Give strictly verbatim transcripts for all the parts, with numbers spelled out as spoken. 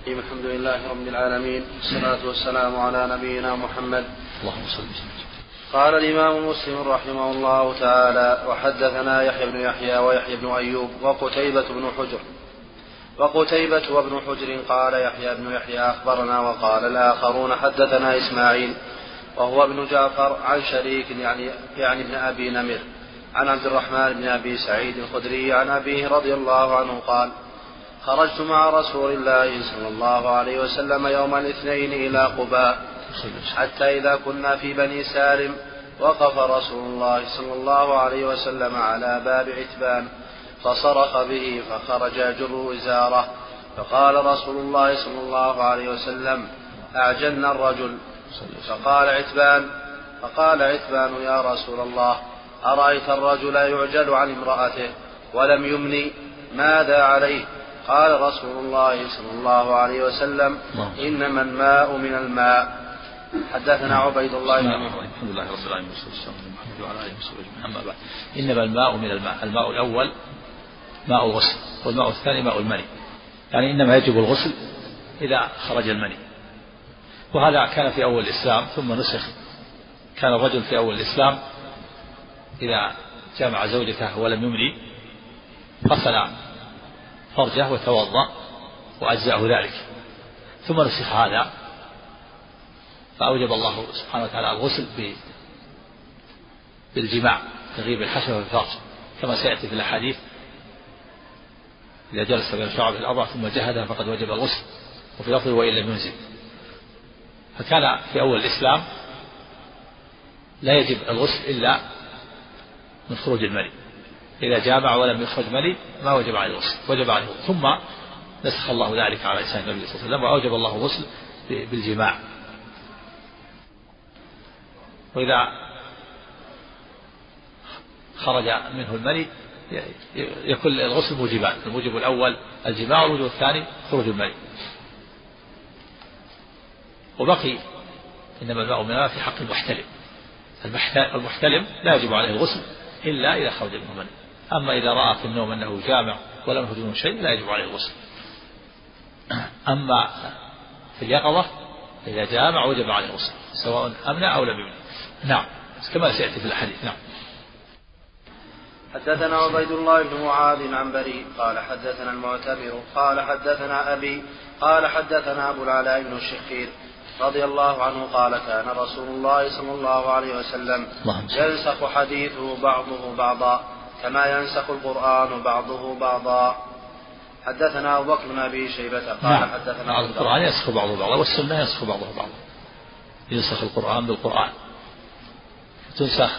الحمد لله رب العالمين والصلاة والسلام على نبينا محمد. اللهم صل وسلم. قال الإمام مسلم رحمه الله تعالى: وحدثنا يحيى بن يحيى ويحيى بن أيوب وقتيبة بن حجر وقتيبة وابن حجر قال يحيى بن يحيى أخبرنا، وقال الآخرون حدثنا إسماعيل وهو ابن جعفر عن شريك يعني, يعني ابن أبي نمر عن عبد الرحمن بن أبي سعيد الخدري عن أبيه رضي الله عنه قال: خرجت مع رسول الله صلى الله عليه وسلم يوم الاثنين إلى قباء، حتى إذا كنا في بني سالم وقف رسول الله صلى الله عليه وسلم على باب عتبان فصرخ به فخرج يجر إزاره، فقال رسول الله صلى الله عليه وسلم: أعجلنا الرجل. فقال عتبان فقال عتبان: يا رسول الله، أرأيت الرجل يعجل عن امرأته ولم يمني ماذا عليه؟ قال رسول الله صلى الله عليه وسلم: إنما الماء من الماء. حدثنا عبيد الله بن محمد. الحمد لله رب العالمين والصلاة والسلام على آله وصحبه أجمعين. أما بعد، إنما الماء من الماء. الماء الأول ماء الغسل، والماء الثاني ماء المني، يعني إنما يجب الغسل إذا خرج المني. وهذا كان في أول الإسلام ثم نسخ. كان الرجل في أول الإسلام إذا جامع زوجته ولم يمني غسل فرجه وتوضأ وأجزأه ذلك، ثم نسخ هذا فأوجب الله سبحانه وتعالى الغسل بالجماع تغيب الحشفة في الفرج، كما سيأتي في الأحاديث: إذا جلس بين شعبه الأربع ثم جهدها فقد وجب الغسل، وفي لفظ: وإن لم ينزل. فكان في أول الإسلام لا يجب الغسل إلا من خروج المني، إذا جامع ولم يخرج مني ما وجب عليه الغسل، وجب عليه. ثم نسخ الله ذلك على لسان النبي صلى الله عليه وسلم وأوجب الله الغسل بالجماع. وإذا خرج منه المني يكون الغسل موجبان: الموجب الأول الجماع، والموجب الثاني خروج المني. وبقي إنما الماء من الماء في حق المحتلم. المحتلم لا يجب عليه الغسل إلا إذا خرج منه المني. أما إذا رأى في النوم أنه جامع ولم يخرج منه شيء لا يجب عليه الغسل. أما في اليقظة إذا جامع وجب عليه الغسل سواء أمنع أو لم يمنع. نعم، كما سيأتي في الحديث. نعم. حدثنا عبيد الله بن معاذ عن بريء قال حدثنا المعتمر قال حدثنا أبي قال حدثنا أبو العلاء بن الشخير رضي الله عنه قال: كان رسول الله صلى الله عليه وسلم ينسخ حديثه بعضه بعضا كما ينسخ القرآن بعضه بعضا. حدثنا أبو بكر بن أبي شيبة قال نعم. حدثنا القرآن ينسخ بعضه بعضا، والسنة ينسخ بعضه بعضا. ينسخ القرآن بالقرآن، تنسخ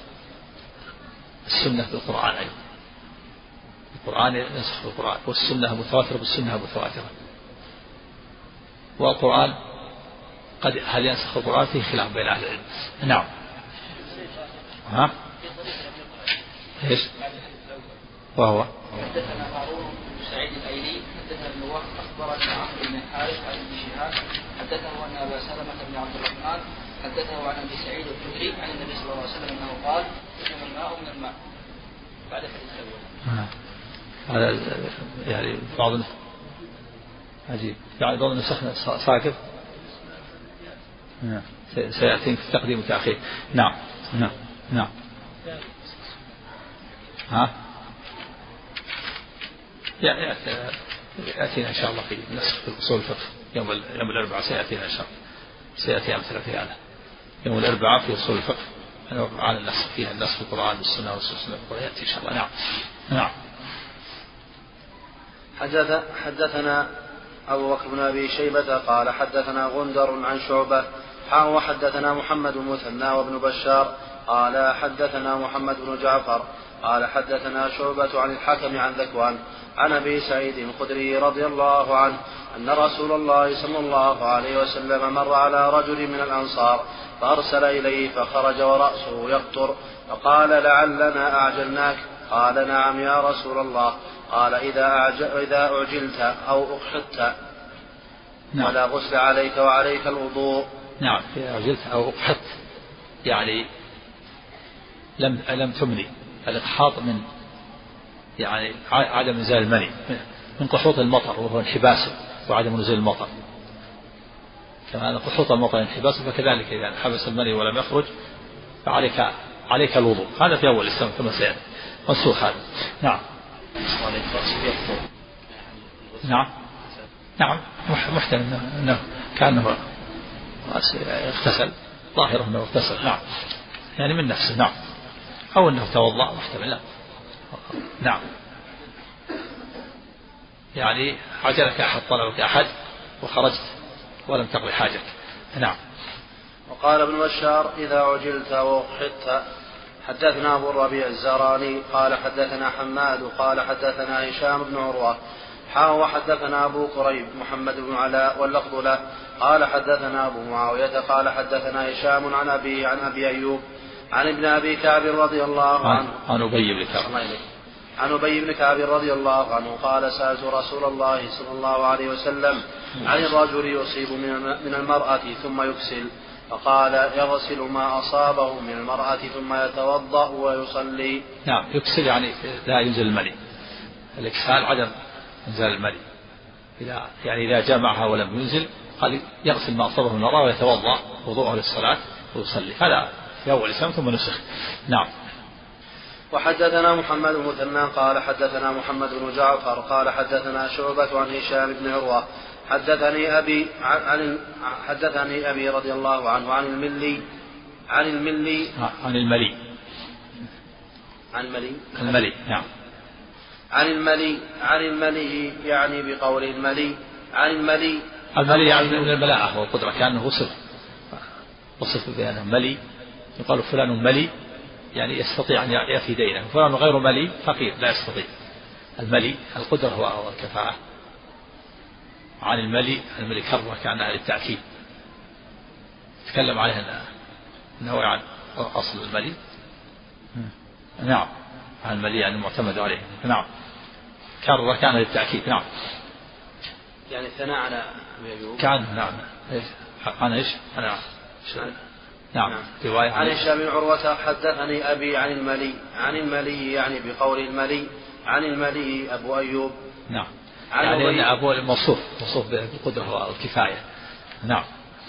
السنة بالقرآن أيضا. القرآن ينسخ بالقرآن، والسنة متواترة بالسنة متواترة. والقرآن قد هل ينسخ القرآن فيه خلاف بين أهل العلم. نعم. ها؟ إيش؟ وهو حدثنا هارون بن سعيد الايلي حدثنا ابن وهب اخبرنا عمرو بن الحارث عن ابن شهاب حدثه ان ابا سلمه بن عبد الرحمن حدثه عن ابي سعيد الخدري عن النبي صلى الله عليه وسلم انه قال: انما الماء من الماء. بعد الحديث الاول. هذا يعني بعض عجيب، يعني بعض النسخ ساكت. سيأتي في التقديم والتأخير. نعم نعم نعم. ها؟ يأتينا إن شاء الله في نسخ في أصول الفقه يوم يوم الأربعاء. سيأتينا إن شاء الله، سيأتي أمثلة في هذا يوم الأربعاء في أصول الفقه على النسخ، فيها النسخ في القرآن والسنة والسنة يأتي إن شاء الله. نعم نعم. حدث حدثنا أبو بكر بن أبي شيبة قال حدثنا غندر عن شعبة وحدثنا محمد بن مثنى وابن بشار قال حدثنا محمد بن جعفر قال حدثنا شعبة عن الحكم عن ذكوان عن أبي سعيد الخدري رضي الله عنه أن رسول الله صلى الله عليه وسلم مر على رجل من الأنصار فأرسل إليه فخرج ورأسه يقطر فقال: لعلنا أعجلناك. قال: نعم يا رسول الله. قال: إذا, أعجل إذا أعجلت أو أقحطت نعم. ولا غسل عليك وعليك الوضوء. نعم، إذا أعجلت أو أقحطت يعني لم لم تمني. الإقحاط من يعني عدم إنزال المني، من قحوط المطر وهو انحباسه وعدم نزول المطر، كما أن خطوط المطر انحباس، فكذلك إذا حبس المني ولم يخرج فعليك عليك الوضوء. هذا في أول الإسلام كما سيأتي، منسوخ هذا. نعم نعم نعم محتمل أنه كأنه اغتسل، ظاهره أنه اغتسل، نعم يعني من نفسه، نعم، أو أنه توضأ، محتمل، لا نعم، يعني عجلك أحد، طلبك أحد وخرجت ولم تقضي حاجك. نعم. وقال ابن بشار إذا عجلت وأخحدت. حدثنا أبو الربيع الزهراني قال حدثنا حماد قال حدثنا هشام بن عروة حا وحدثنا أبو كريب محمد بن علاء واللفظ له قال حدثنا أبو معاوية قال حدثنا هشام عن أبي عن أبي أيوب عن ابن أبي كعب رضي الله عنه عن أبي بن كعب عن أبي بن كعب رضي الله عنه قال سألت رسول الله صلى الله عليه وسلم عن الرجل يصيب من المرأة ثم يكسل، فقال يغسل ما أصابه من المرأة ثم يتوضأ ويصلي. نعم، يكسل يعني لا ينزل المني، الإكسال عدم إنزال المني، إذا يعني إذا جامعها ولم ينزل قال يغسل ما أصابه من المرأة ويتوضأ وضوءه للصلاة ويصلي. هذا في أول الإسلام ثم نسخ. نعم. وحدثنا محمد بن مثنى قال حدثنا محمد بن جعفر قال حدثنا شعبة عن هشام بن عروة حدثني أبي عن حدثني أبي رضي الله عنه عن الملي عن الملي عن الملي عن الملي الملي نعم عن الملي عن الملي يعني بقول الملي عن الملي الملي يعني من الملاءة والقدرة، كأنه وصف وصف بأنه ملي، يقال فلان ملي يعني يستطيع أن يفي دينه، فلان غير ملي فقير لا يستطيع. الملي القدرة والكفاءة. عن الملي الملي كرة كأنها للتأكيد، تكلم عليه أنه عن أصل الملي. نعم، عن الملي يعني معتمد عليه. نعم، كرة كان للتأكيد. نعم، يعني ثناء على كان. نعم، عن إيش؟ نعم نعم رواية عن هشام بن عروة حدثني أبي عن الملي عن الملي يعني بقول الملي عن الملي أبو أيوب. نعم، يعني أن أبو الموصوف موصوف بالقدرة والكفاية. نعم.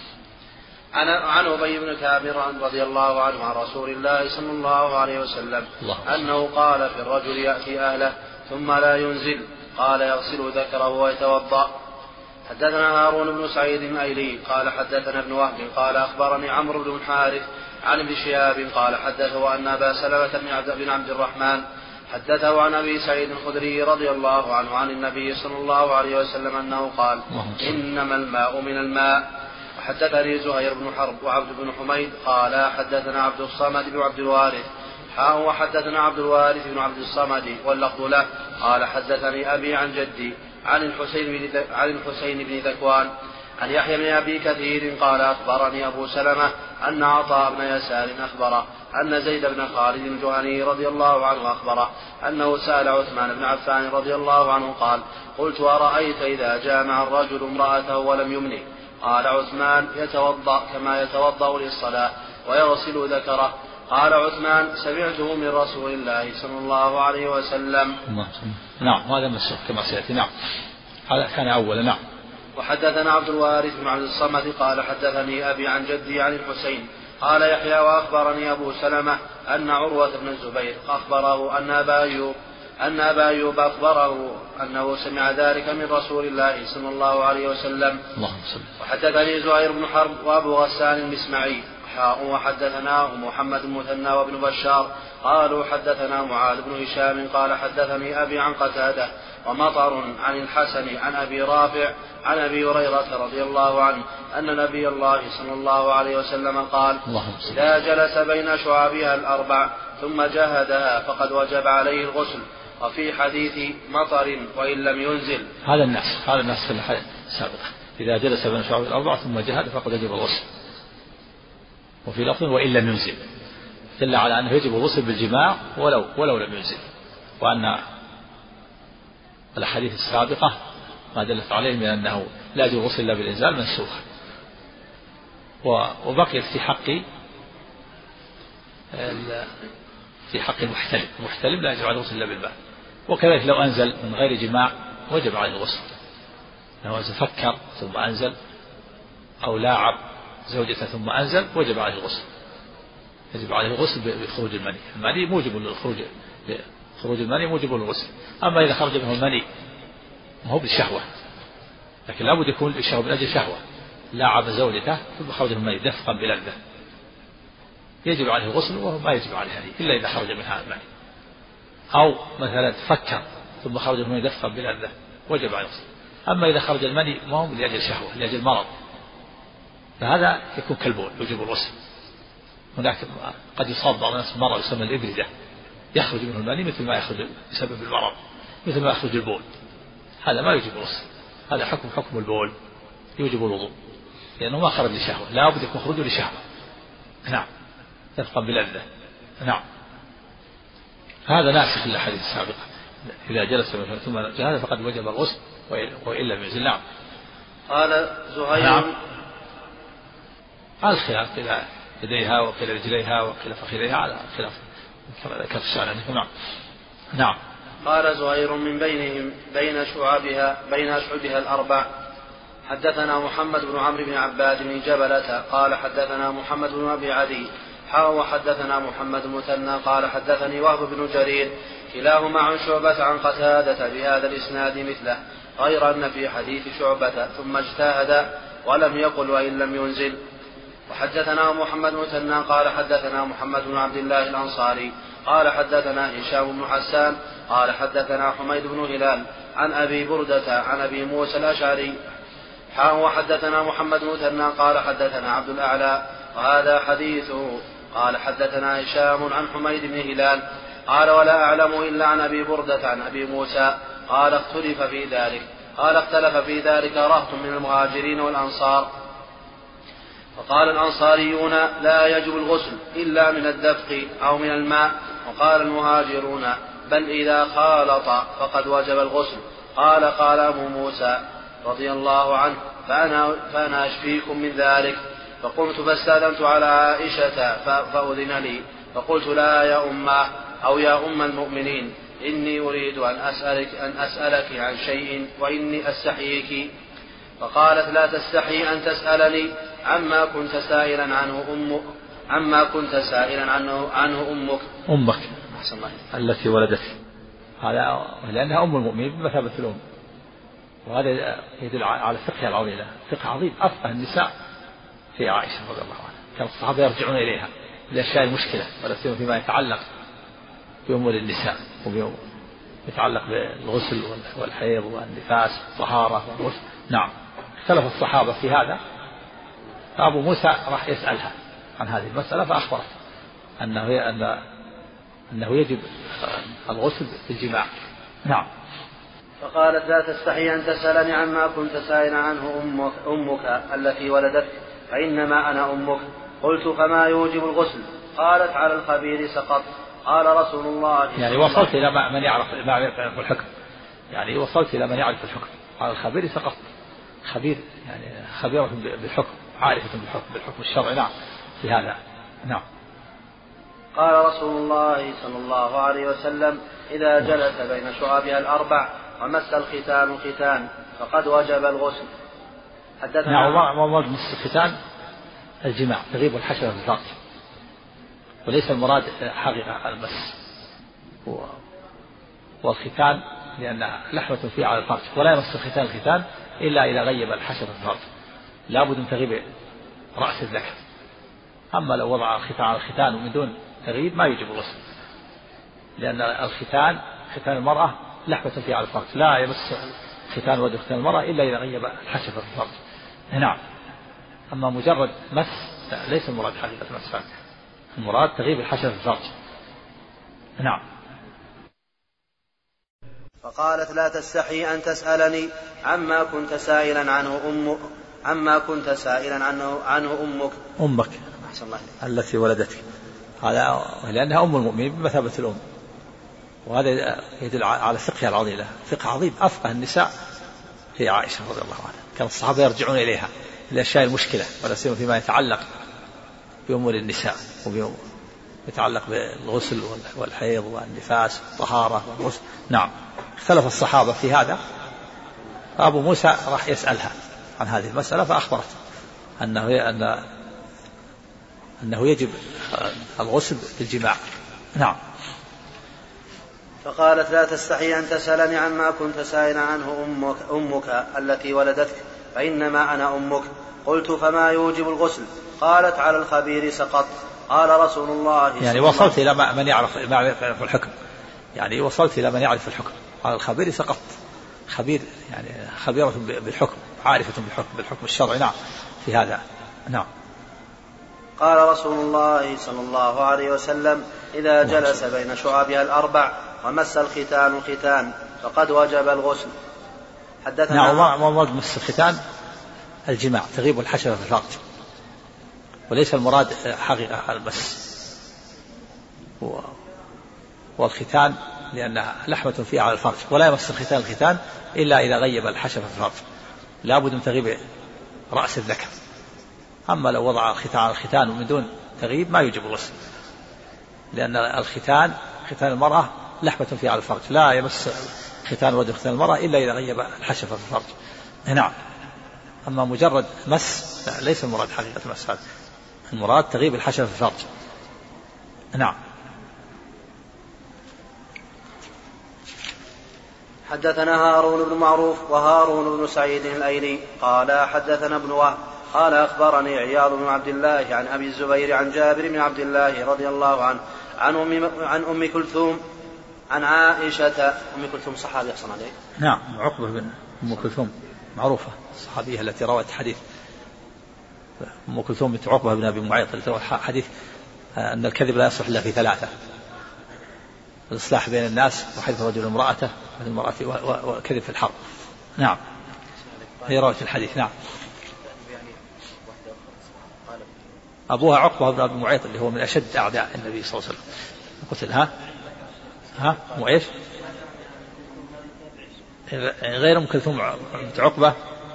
عن عن أبي بن كعب رضي الله عنه عن رسول الله صلى الله عليه وسلم الله أنه قال في الرجل يأتي أهله ثم لا ينزل قال يغسل ذكره ويتوضأ. حدثنا هارون بن سعيد الأيلي قال حدثنا ابن وهب قال أخبرني عمرو بن الحارث عن ابن شهاب قال حدثه أن أبا سلمة بن عبد الرحمن حدثه عن أبي سعيد الخدري رضي الله عنه عن النبي صلى الله عليه وسلم أنه قال إنما الماء من الماء. وحدثني زهير بن حرب وعبد بن حميد قال حدثنا عبد الصمد بن عبد الوارث حاء وحدثنا عبد الوارث بن عبد الصمد واللفظ له قال حدثني أبي عن جدي عن الحسين بن عن الحسين بن ذكوان عن يحيى بن أبي كثير قال أخبرني أبو سلمة أن عطاء بن يسار أخبره أن زيد بن خالد الجهني رضي الله عنه أخبره أنه سأل عثمان بن عفان رضي الله عنه قال قلت أرأيت إذا جامع الرجل امرأته ولم يمني؟ قال عثمان يتوضأ كما يتوضأ للصلاة ويغسل ذكره. قال عثمان سمعته من رسول الله صلى الله عليه وسلم. نعم، هذا مسلم كما سيأتي. نعم، هذا كان أولا. نعم. وحدثنا عبد الوارث بن عبد الصمد قال حدثني أبي عن جدي عن الحسين قال يحيى وأخبرني أبو سلمة أن عروة بن الزبير أخبره أن أبا أيوب أن أبا أيوب أخبره أنه سمع ذلك من رسول الله صلى الله عليه وسلم. وحدثني زهير بن حرب وأبو غسان المسمعي وحدثناه محمد المثنى وابن بشار قالوا حدثنا معاذ بن هشام قال حدثني أبي عن قتادة ومطر عن الحسن عن أبي رافع عن أبي هريرة رضي الله عنه أن نبي الله صلى الله عليه وسلم قال إذا جلس بين شعابها الأربع ثم جاهدها فقد وجب عليه الغسل. وفي حديث مطر وإن لم ينزل. هذا الناس هذا الناس في الحديث السابق إذا جلس بين شعابها الأربع ثم جاهد فقد وجب الغسل. وفي لفظ وإن لم ينزل دل على أنه يجب الغسل بالجماع ولو ولو لم ينزل، وأن الأحاديث السابقة ما دلت عليه من أنه لا يجب الغسل إلا بالإنزال منسوخ. وبقيت في حق في حق المحتلم المحتلم لا يجب عليه الغسل إلا بالماء، وكذلك لو أنزل من غير جماع وجب عليه الغسل. لو فكر ثم أنزل أو لاعب زوجته ثم أنزل وجب عليه الغسل، يجب عليه الغسل بخروج المني. المني موجب للخروج، خروج المني موجب للغسل. أما إذا خرج منه المني ما هو بالشهوة، لكن لابد يكون الشهوة من أجل شهوة، لاعب زوجته ثم خرج منه المني دفقا بلذة، يجب عليه الغسل وهو ما يجب عليه هذه إلا إذا خرج منها المني. أو مثلا فكر ثم خرج منه المني دفقا بلذة وجب عليه الغسل. أما إذا خرج المني ما هو لأجل شهوة، لأجل مرض، فهذا يكون كالبول يجب الغسل. هناك قد يصاب بعض الناس مرض يسمى الإبردة، يخرج منه المني مثل ما يخرج بسبب المرض، مثل ما يخرج البول، هذا ما يجب الغسل، هذا حكم حكم البول يوجب الوضوء، لأنه ما خرج لشهوة، لا بد يكون خروجه لشهوة. نعم، يفقى بلذة. نعم، هذا ناسخ للأحاديث السابقة، إذا جلس ثم جهاز فقد وجب الغسل وإلا لم ينزل. نعم. قال زهير. نعم. هذا الخلاف إلى يديها وكلا رجليها وكلا فخذيها على خلاف كما ذكرت الشارع. نعم. نعم. قال زهير من بينهم بين شعبها بين أشعبها الأربع. حدثنا محمد بن عمرو بن عباد بن جبلة قال حدثنا محمد بن أبي عدي حاء وحدثنا محمد المثنى قال حدثني وهب بن جرير كلاهما عن شعبة عن قتادة بهذا الإسناد مثله، غير أن في حديث شعبة ثم اجتهد ولم يقل وإن لم ينزل. وحدثنا محمد المثنى قال حدثنا محمد بن عبد الله الأنصاري قال حدثنا هشام بن حسان قال حدثنا حميد بن هلال عن أبي بردة عن أبي موسى الأشعري حاء وحدثنا محمد المثنى قال حدثنا عبد الأعلى وهذا حديثه. قال حدثنا هشام عن حميد بن هلال قال ولا أعلم إلا عن أبي بردة عن أبي موسى قال اختلف في ذلك قال اختلف في ذلك رهط من المهاجرين والأنصار، وقال الأنصاريون لا يجب الغسل إلا من الدفق أو من الماء، وقال المهاجرون بل إذا خالط فقد وجب الغسل. قال قال أبو موسى رضي الله عنه فأنا, فأنا أشفيكم من ذلك، فقمت فاستأذنت على عائشة فأذن لي فقلت لا يا أمه أو يا أم المؤمنين إني أريد أن أسألك, أن أسألك عن شيء وإني أستحييك. فقالت لا تستحي أن تسألني عما كنت سائلا عنه أمك عما كنت سائلا عنه, عنه أمك أمك التي ولدتك، هذا لأنها أم المؤمنين بمثابة الأم، وهذا يدل على فقه العظيم، فقه عظيم أفقه النساء في عائشة رضي الله عنها، كان الصحابة يرجعون إليها لأشياء المشكلة ولا سيما فيما يتعلق بأمور النساء وبيوم يتعلق بالغسل والحيض والنفاس والطهارة والغسل. نعم، اختلف الصحابة في هذا، فأبو موسى راح يسألها عن هذه المسألة فأخبرت أنه أن أنه يجب الغسل بالجماع. نعم. فقالت لا تستحي أن تسألني عما كنت سائلا عنه أمك, أمك التي ولدتك فإنما أنا أمك. قلت فما يوجب الغسل؟ قالت على الخبير سقط. قال رسول الله يعني وصلت إلى من يعرف الحكم، يعني وصلت إلى من يعرف الحكم، على الخبير سقط. خبير يعني خبيرة بالحكم، عارفة بالحكم بالحكم الشرعي. نعم في هذا. نعم. قال رسول الله صلى الله عليه وسلم إذا جلس بين شعابها الأربع ومس الختان الختان فقد وجب الغسل. حدثنا نعم. ومس الختان الجماع تغيب الحشرة في الفرج، وليس المراد حقيقة المس والختان لأن لحمة فيه على الفرج، ولا يمس الختان الختان إلا إذا غيب الحشرة في الفرج، لا بد من تغيب رأس الذكر. أما لو وضع الختان على الختان ومن دون تغييب ما يجب الغسل، لأن الختان ختان المرأة لحمة فيه على الفرج، لا يمس ختان ولد ختان المرأة إلا إذا غيب الحشرة في الفرج. نعم. أما مجرد مس ليس المراد حقيقة المس، المراد تغيب الحشرة في الفرج. نعم. فقالت لا تستحي أن تسألني عما كنت سائلا عنه أمك عما كنت سائلا عنه عنه أمك أمك التي ولدتك، هذا لأنها أم المؤمنين بمثابة الأم، وهذا يدل على فقه العظيم، فقه عظيم أفقه النساء في عائشة رضي الله عنها، كان الصحابة يرجعون إليها لأشياء المشكلة ولا سيما فيما يتعلق بأمور النساء وبأمور يتعلق بالغسل والحيض والنفاس والطهارة والغسل. نعم، اختلف الصحابة في هذا، أبو موسى راح يسألها عن هذه المسألة فأخبرت أنه أن أنه يجب الغسل بالجماع. نعم. فقالت لا تستحي أن تسألني عما كنت سائلا عنه أمك, أمك التي ولدتك فإنما أنا أمك. قلت فما يوجب الغسل؟ قالت على الخبير سقط. قال رسول الله يعني وصلت إلى من يعرف الحكم، يعني وصلت إلى من يعرف الحكم. على الخبير سقط، خبير يعني خبيرة بالحكم، عارفة بالحكم بالحكم الشرعي. نعم في هذا. نعم. قال رسول الله صلى الله عليه وسلم إذا جلس بين شعبها الأربع ومس الختان الختان فقد وجب الغسل. حدثنا. نعم. ومراد مس الختان الجماع، تغيب الحشرة في الفرج، وليس المراد حقيقة المس. والختان لأنها لحمة فيها على الفرج، ولا يمس الختان الختان إلا إذا غيب الحشرة في الفرج، لا بد من تغيب رأس الذكر. أما لو وضع الختان على الختان ومن دون تغيب ما يوجب الغسل، لأن الختان ختان المرأة لحمة فيها على الفرج، لا يمس ختان الرجل ختان المرأة إلا إذا غيب الحشرة في الفرج. نعم. أما مجرد مس ليس المراد حقيقة المس، هذا المراد تغيب الحشرة في الفرج. نعم. حدثنا هارون بن معروف وهارون بن سعيد الأيلي قال حدثنا ابن وهب قال أخبرني عياض بن عبد الله عن أبي الزبير عن جابر بن عبد الله رضي الله عنه عن أم, عن أم كلثوم عن عائشة. أم كلثوم صحابية أحسن عليك. نعم. عقبة بن أم كلثوم معروفة الصحابية التي روت حديث أم كلثوم بنت عقبة بن أبي معيط التي روت حديث أن الكذب لا يصلح إلا في ثلاثة: الإصلاح بين الناس، وحديث الرجل امرأته، وكذب في الحرب. نعم. هي روت الحديث. نعم. أبوها عقبة بن أبي معيط اللي هو من أشد أعداء النبي صلى الله عليه وسلم قتل. ها ها مو إيش غير أم كلثوم بنت عقبة.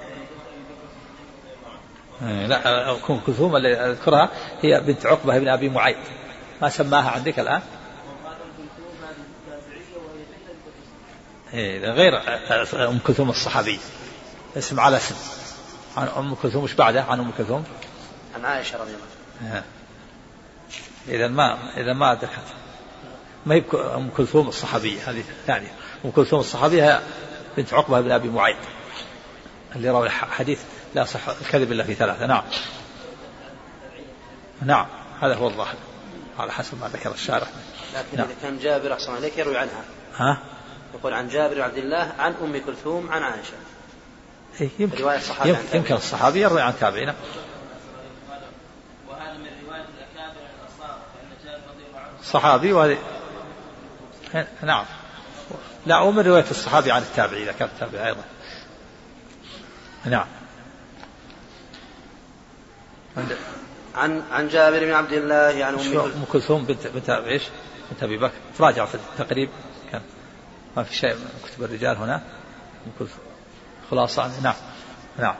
لا أم كلثوم اللي أذكرها هي بنت عقبة بن أبي معيط، ما سماها عندك الآن. غير أم كلثوم الصحابية، اسم على اسم. عن أم كلثوم مش بعده عن أم كلثوم عن عائشة رضي الله عنها. إذا ما إذا ما دخلت ما هي أم كلثوم الصحابية، هذه ثانية. أم كلثوم الصحابية بنت عقبة بن أبي معيط اللي روى حديث لا صح الكذب إلا في ثلاثة. نعم. نعم هذا هو الظاهر على حسب ما ذكر الشارح. لكن نعم. إذا كان جابر أحسن عليك يروي عنها. ها؟ يقول عن جابر عبد الله عن أم كلثوم عن عائشة. إيه يمكن رواية الصحابي يمكن, يمكن الصحابي يروي عن تابعين. وهذا من رواية الأكابر عن الأنصار أن جابر رضي الله عنه صحابي وهذه. نعم. لا ومن رواية الصحابي عن التابعي إذا كان التابعي أيضا. نعم. عن عن جابر بن عبد الله عن أم كلثوم بنت بنت إيش بنت أبي بكر. تراجع في التقريب كان ما في شيء من كتب الرجال هنا. أم كلثوم خلاصة. نعم. نعم.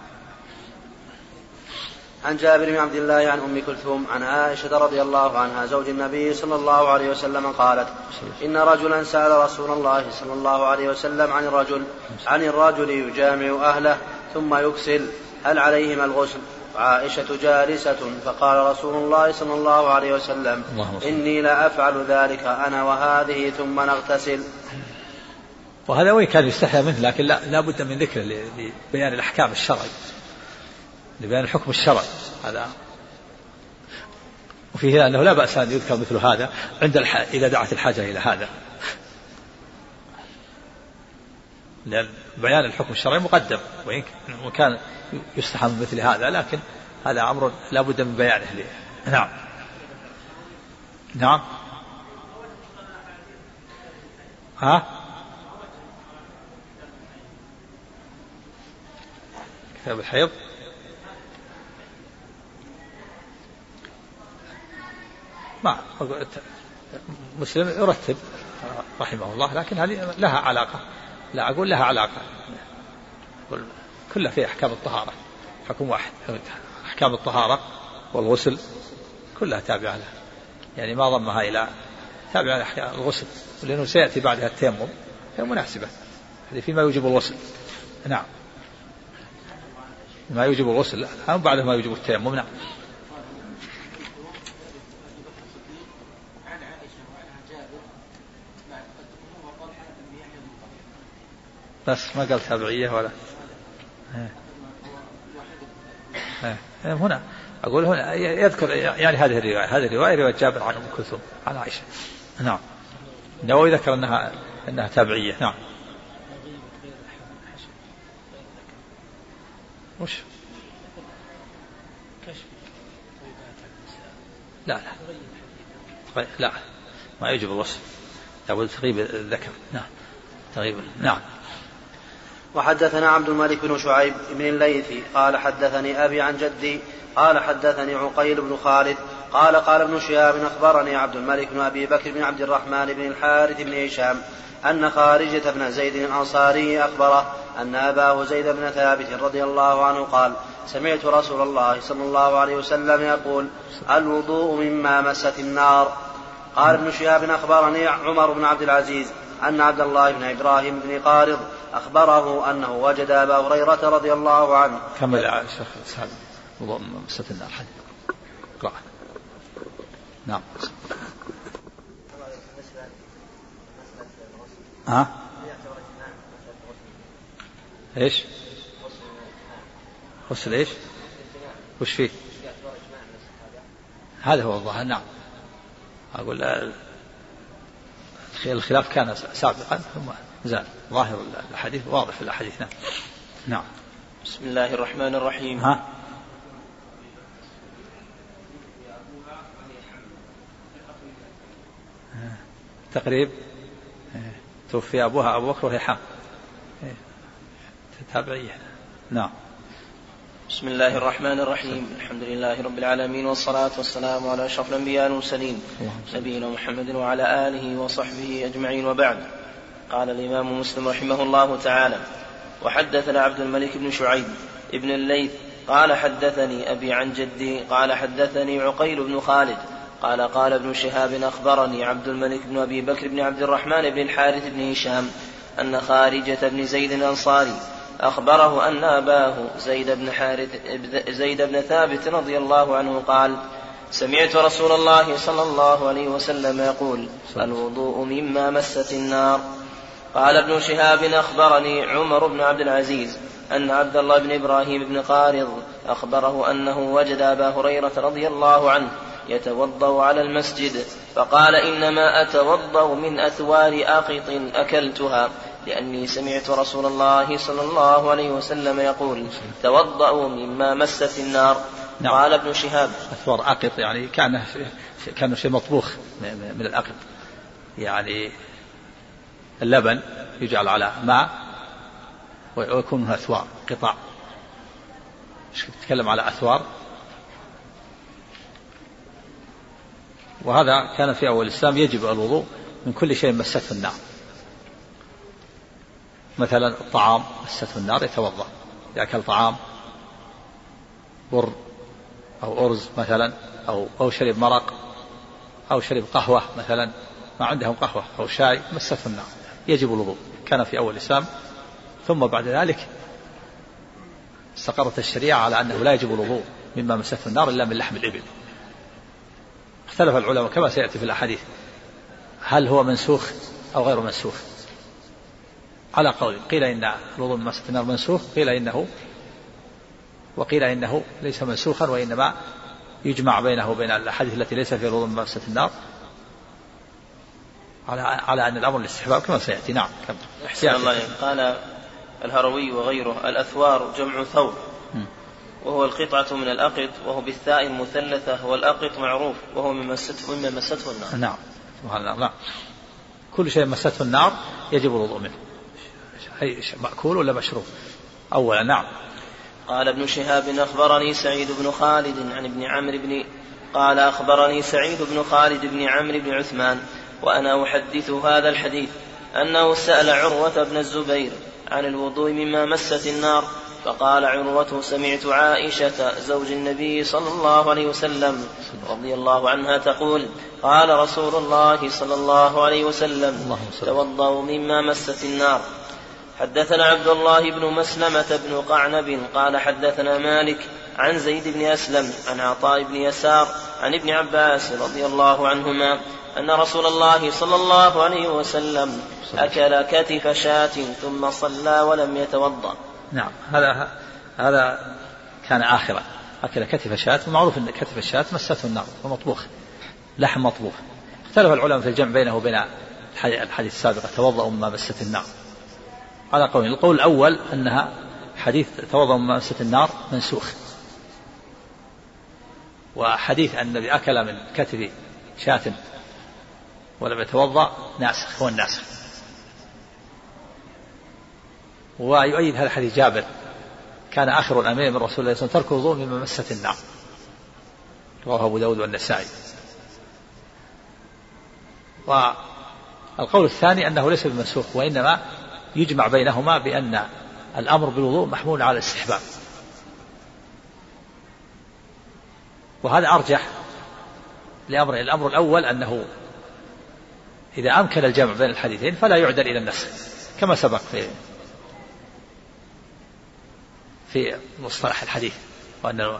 عن جابر بن عبد الله عن أم كلثوم عن عائشة رضي الله عنها زوج النبي صلى الله عليه وسلم قالت إن رجلا سأل رسول الله صلى الله عليه وسلم عن الرجل عن الرجل يجامع أهله ثم يكسل هل عليهما الغسل؟ عائشة جالسة فقال رسول الله صلى الله عليه وسلم إني لا أفعل ذلك أنا وهذه ثم نغتسل. وهذا وين كان يستحيى منه، لكن لا, لا بد من ذكره لبيان الأحكام الشرعي، لبيان الحكم الشرعي هذا. وفيه أنه لا بأس أن يذكر مثل هذا عند الح... إذا دعت الحاجة إلى هذا، لأن بيان الحكم الشرعي مقدم، وإن كان يستحى من مثل هذا، لكن هذا أمر لا بد من بيانه لي. نعم. نعم. ها كتاب الحيض ما مسلم يرتب رحمه الله، لكن هذه لها علاقة، لا أقول لها علاقة، كلها في أحكام الطهارة، حكم واحد، أحكام الطهارة والغسل كلها تابعة لها، يعني ما ضمها إلى تابعة لأحكام الغسل، لأنه سيأتي بعدها التيمم هي مناسبة، هذه فيما يوجب الغسل. نعم. ما يوجب الغسل أو بعد ما يوجب التيمم. نعم. بس ما قال تابعية ولا هنا أقول هنا يذكر يعني هذه الرواية هذه الرواية رواية جابر عن أم كلثوم عن عائشة. نعم. النووي ذكر أنها أنها تابعية. نعم. وش لا لا لا ما يجب الوصف لابد تغيب الذكر. نعم تغيب. نعم. وحدثنا عبد الملك بن شعيب بن الليثي قال حدثني أبي عن جدي قال حدثني عقيل بن خالد قال قال ابن شهاب أخبرني عبد الملك بن أبي بكر بن عبد الرحمن بن الحارث بن هشام أن خارجة بن زيد الأنصاري أخبره أن أباه زيد بن ثابت رضي الله عنه قال سمعت رسول الله صلى الله عليه وسلم يقول الوضوء مما مست النار. قال ابن شهاب أخبرني عمر بن عبد العزيز أن عبد الله بن إبراهيم بن قارض أخبره أنه وجد أبا هريرة رضي الله عنه. كمل يا شيخ سعد. وضوء مست النار. اقرأ. نعم. ها ايش غسل ايش وش فيه هذا هو الظاهر. نعم. أقول الخلاف كان سابقا ثم زال ظاهر الحديث واضح في الأحاديث. نعم. نعم. بسم الله الرحمن الرحيم. ها تقريب توفي أبوها أبو بكر وهي حامل تتابعية. نعم. بسم الله الرحمن الرحيم. الحمد لله رب العالمين والصلاة والسلام على أشرف الأنبياء والمرسلين نبينا محمد وعلى آله وصحبه أجمعين وبعد. قال الإمام مسلم رحمه الله تعالى وحدثنا عبد الملك بن شعيب ابن الليث قال حدثني أبي عن جدي قال حدثني عقيل بن خالد قال قال ابن شهاب أخبرني عبد الملك بن أبي بكر بن عبد الرحمن بن الحارث بن هشام أن خارجة بن زيد الأنصاري أخبره أن أباه زيد بن, حارث زيد بن ثابت رضي الله عنه قال سمعت رسول الله صلى الله عليه وسلم يقول الوضوء مما مست النار. قال ابن شهاب أخبرني عمر بن عبد العزيز أن عبد الله بن إبراهيم بن قارض أخبره أنه وجد أبا هريرة رضي الله عنه يتوضأ على المسجد فقال إنما أتوضأ من أثوار آقط أكلتها لأني سمعت رسول الله صلى الله عليه وسلم يقول توضأوا مما مست النار. نعم. قال ابن شهاب أثوار آقط يعني كان كان شيء مطبوخ من الآقط يعني اللبن يجعل على ماء ويكون منها أثوار قطع. تتكلم على أثوار. وهذا كان في أول الإسلام يجب الوضوء من كل شيء مسته النار. مثلا الطعام مسته النار يتوضأ إذا أكل طعام بر أو أرز مثلا أو أو شرب مرق أو شرب قهوة مثلا ما عندهم قهوة أو شاي مسته النار يجب الوضوء. كان في أول الإسلام ثم بعد ذلك استقرت الشريعة على أنه لا يجب الوضوء مما مسته النار إلا من لحم الإبل. اختلف العلماء كما سيأتي في الأحاديث هل هو منسوخ أو غير منسوخ على قول. قيل إن الوضوء من مسته النار منسوخ قيل إنه وقيل إنه ليس منسوخا وإنما يجمع بينه وبين الأحاديث التي ليس فيها الوضوء من مسته النار على على أن الأمر الاستحباب كما سيأتي. نعم. أحسن الله. قال الهروي وغيره الأثوار جمع ثور وهو القطعة من الأقط وهو بالثاء المثلثة والأقط معروف وهو من مسته مما مسته النار. نعم. سبحان الله. كل شيء مسته النار يجب الوضوء منه أي مأكول ولا مشروب أولا. نعم. قال ابن شهاب أخبرني سعيد بن خالد عن ابن عمرو بن قال أخبرني سعيد بن خالد بن عمرو بن عثمان وأنا أحدث هذا الحديث أنه سأل عروة بن الزبير عن الوضوء مما مست النار فقال عروة سمعت عائشة زوج النبي صلى الله عليه وسلم رضي الله عنها تقول قال رسول الله صلى الله عليه وسلم توضأوا مما مست النار. حدثنا عبد الله بن مسلمة بن قعنب قال حدثنا مالك عن زيد بن أسلم عن عطاء بن يسار عن ابن عباس رضي الله عنهما أن رسول الله صلى الله عليه وسلم أكل كتف شاة ثم صلى ولم يتوضأ. نعم، هذا هذا كان آخرا، أكل كتف شاة، ومعروف أن كتف الشاة مسته النار ومطبوخ، لحم مطبوخ. اختلف العلماء في الجمع بينه وبين الحديث السابق توضأ مما مست النار على قول. القول الأول أنها حديث توضأ مما مست النار منسوخ، وحديث أن النبي أكل من كتف شاة ولم يتوضأ ناسخ، هو الناسخ. ويؤيد هذا حديث جابر كان آخر الأمر من رسول الله صلى الله عليه وسلم ترك الوضوء مما مست النار، رواه أبو داود والنسائي. والقول الثاني أنه ليس بمنسوخ، وإنما يجمع بينهما بأن الأمر بالوضوء محمول على الاستحباب، وهذا أرجح لأمر. الأمر الأول أنه إذا أمكن الجمع بين الحديثين فلا يعدل إلى النسخ، كما سبق في في مصطلح الحديث، وأن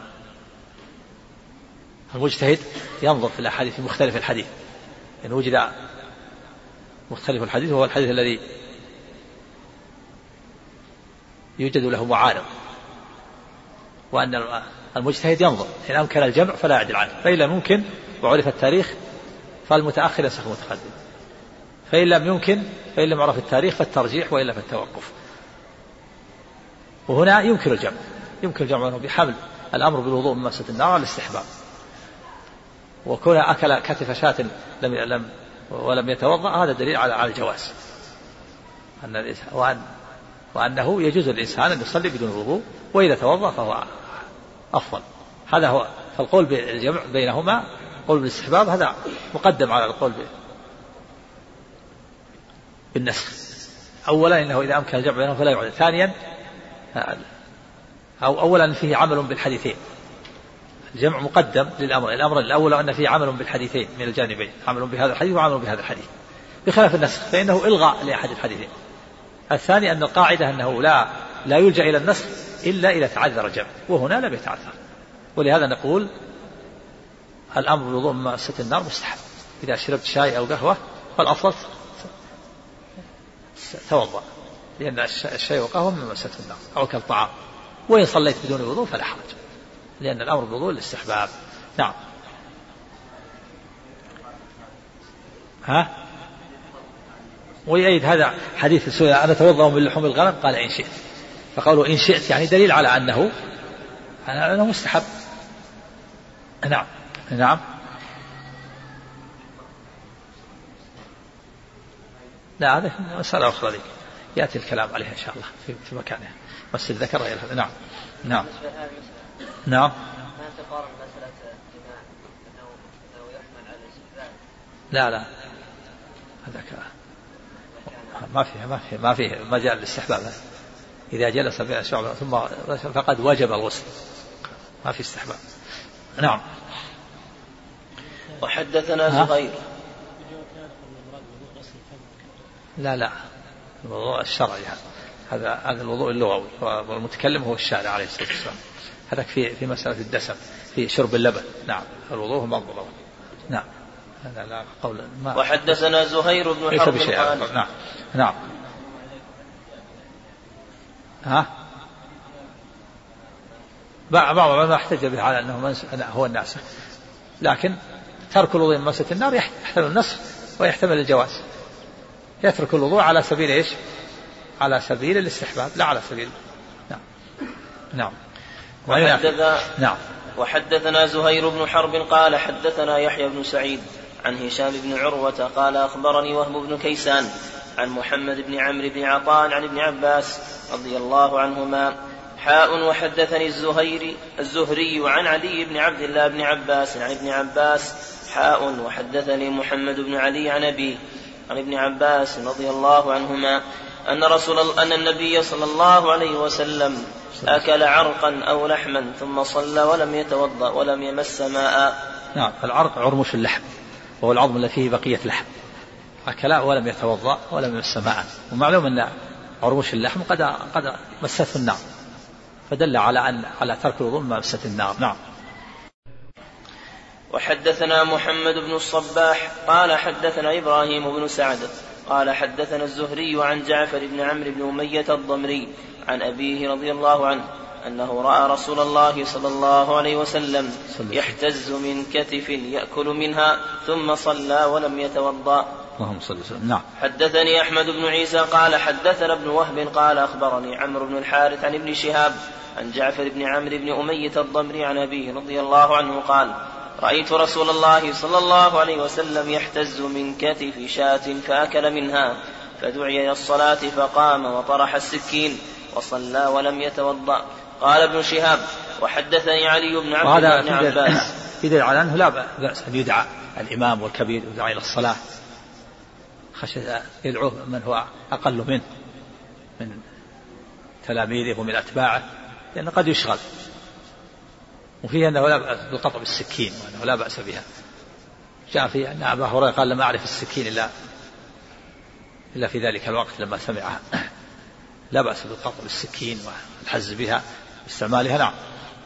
المجتهد ينظر في الأحاديث مختلف الحديث، إن وجد مختلف الحديث هو الحديث الذي يوجد له معارض، وأن المجتهد ينظر إن أمكن الجمع فلا يعدل عنه، فإن لم يمكن وعرف التاريخ فالمتأخر ينسخ المتقدم، فإن لم يمكن فإن لم يعرف التاريخ فالترجيح وإلا فالتوقف. وهنا يمكن الجمع، يمكن الجمع بحمل الأمر بالوضوء من مسة النار على الاستحباب. وكون أكل كتف شاة لم لم ولم يتوضأ هذا دليل على على الجواز، أن وأن وأنه يجوز للإنسان أن يصلي بدون وضوء، وإذا توضأ فهو أفضل. هذا هو. فالقول بالجمع بينهما قول بالاستحباب هذا مقدم على القول بالنسخ. أولا إنه إذا أمكن الجمع بينهم فلا يعد. ثانيا أو أولا فيه عمل بالحديثين، الجمع مقدم للأمر. الأمر الأول أن فيه عمل بالحديثين من الجانبين، عمل بهذا الحديث وعمل بهذا الحديث، بخلاف النسخ فإنه إلغاء لأحد الحديثين. الثاني أن القاعدة أنه لا لا يلجأ إلى النسخ إلا إذا تعذر الجمع، وهنا لم يتعذر، ولهذا نقول الأمر بالوضوء من مسة النار مستحب. إذا شربت شاي أو قهوة فالأفضل توضأ، لأن الشاي والقهوة من مسة النار، أو كالطعام. وإن صليت بدون وضوء فلا حرج، لأن الأمر بالوضوء للاستحباب. نعم. ها ويأيد هذا حديث السؤال أنا أتوضأ من لحوم الغنم قال إن شئت، فقالوا إن شئت يعني دليل على أنه أنه مستحب. نعم. نعم. لا هذا مسألة أخرى ذيك يأتي الكلام عليها إن شاء الله في, في مكانها، بس الذكر غير هذا. نعم. نعم. نعم. لا لا هذاك ما فيه ما فيه ما فيه مجال للاستحباب. إذا جلس بين الشعب ثم فقد وجب الغسل، ما في استحباب. نعم. وحدثنا زهير. لا لا الوضوء الشرعي هذا هذا الوضوء اللغوي، والمتكلم هو الشارع عليه الصلاة والسلام. هذا في في مسألة الدسم في شرب اللبن. نعم الوضوء هو مضمضة. نعم. هذا لا قول ما. وحدثنا زهير بن حرب قال. نعم. نعم. ها بعض ما احتج به على أنه هو الناسخ، لكن ترك الوضوء من مسة النار يحتمل النسخ ويحتمل الجواز. يترك الوضوء على سبيل إيش؟ على سبيل الاستحباب لا على سبيل. نعم. نعم. وحدثنا نعم. وحدثنا زهير بن حرب قال حدثنا يحيى بن سعيد عن هشام بن عروة قال أخبرني وهب بن كيسان عن محمد بن عمرو بن عطاء عن ابن عباس رضي الله عنهما حاء. وحدثني الزهيري الزهري عن علي بن عبد الله بن عباس عن ابن عباس حاء. وحدثني محمد بن علي عن أبيه عن ابن عباس رضي الله عنهما أن رسول أن النبي صلى الله عليه وسلم أكل عرقا أو لحما ثم صلى ولم يتوضأ ولم يمس ماء. نعم العرق عرمش اللحم، وهو العظم الذي فيه بقية لحم. أكل ولم يتوضأ ولم يمس ماء. ومعلوم أن عرموش اللحم قد قد مسته النار، فدل على أن على ترك الوضوء ما مسته النار. نعم. وحدثنا محمد بن الصباح قال حدثنا إبراهيم بن سعد قال حدثنا الزهري عن جعفر بن عمرو بن أمية الضمري عن أبيه رضي الله عنه أنه رأى رسول الله صلى الله عليه وسلم يحتز من كتف يأكل منها ثم صلى ولم يتوضأ. اللهم صل وسلم. نعم. حدثني أحمد بن عيسى قال حدثنا ابن وهب قال أخبرني عمرو بن الحارث عن ابن شهاب عن جعفر بن عمرو بن أمية الضمري عن أبيه رضي الله عنه قال رأيت رسول الله صلى الله عليه وسلم يحتز من كتف شاة فأكل منها فدعي إلى الصلاة فقام وطرح السكين وصلى ولم يتوضأ. قال ابن شهاب وحدثني علي بن عبد الله بن عباس في دليل على أنه لا بأس أن يدعى الإمام والكبير يدعى إلى الصلاة خشية يدعوه من هو أقل منه من تلاميذه ومن أتباعه لأنه قد يشغل، وفيه أنه لا بأس بالقطع بالسكين وأنه لا بأس بها. جاء في أن أبا هريرة قال لم أعرف السكين إلا إلا في ذلك الوقت لما سمعها. لا بأس بالقطع بالسكين والحز بها باستعمالها. نعم.